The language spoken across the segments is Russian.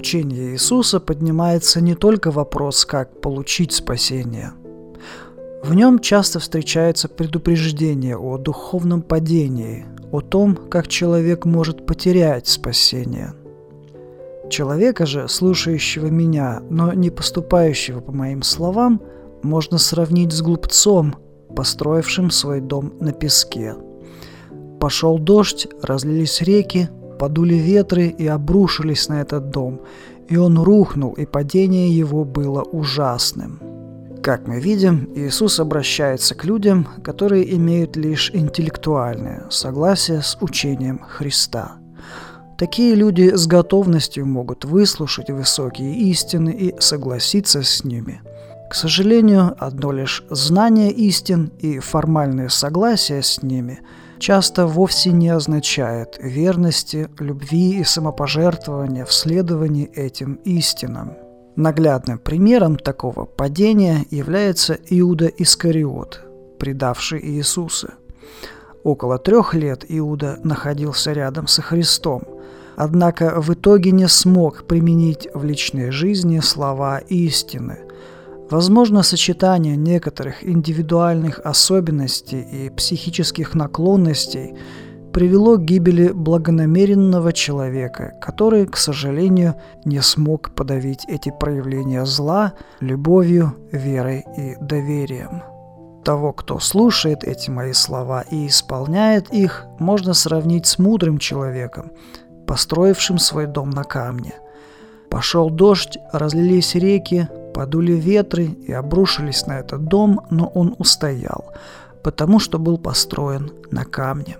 учении Иисуса поднимается не только вопрос, как получить спасение. В нем часто встречается предупреждение о духовном падении, о том, как человек может потерять спасение. Человека же, слушающего меня, но не поступающего по моим словам, можно сравнить с глупцом, построившим свой дом на песке. Пошел дождь, разлились реки, подули ветры и обрушились на этот дом, и он рухнул, и падение его было ужасным. Как мы видим, Иисус обращается к людям, которые имеют лишь интеллектуальное согласие с учением Христа. Такие люди с готовностью могут выслушать высокие истины и согласиться с ними. К сожалению, одно лишь знание истин и формальное согласие с ними часто вовсе не означает верности, любви и самопожертвования в следовании этим истинам. Наглядным примером такого падения является Иуда Искариот, предавший Иисуса. Около 3 лет Иуда находился рядом со Христом, однако в итоге не смог применить в личной жизни слова истины. Возможно, сочетание некоторых индивидуальных особенностей и психических наклонностей привело к гибели благонамеренного человека, который, к сожалению, не смог подавить эти проявления зла любовью, верой и доверием. Того, кто слушает эти мои слова и исполняет их, можно сравнить с мудрым человеком, построившим свой дом на камне. Пошел дождь, разлились реки, подули ветры и обрушились на этот дом, но он устоял, потому что был построен на камне.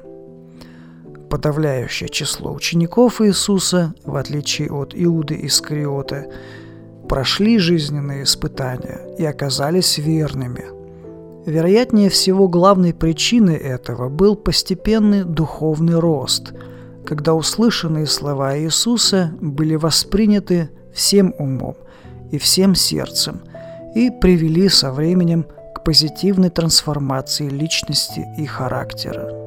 Подавляющее число учеников Иисуса, в отличие от Иуды Искариота, прошли жизненные испытания и оказались верными. Вероятнее всего, главной причиной этого был постепенный духовный рост, когда услышанные слова Иисуса были восприняты всем умом и всем сердцем и привели со временем к позитивной трансформации личности и характера.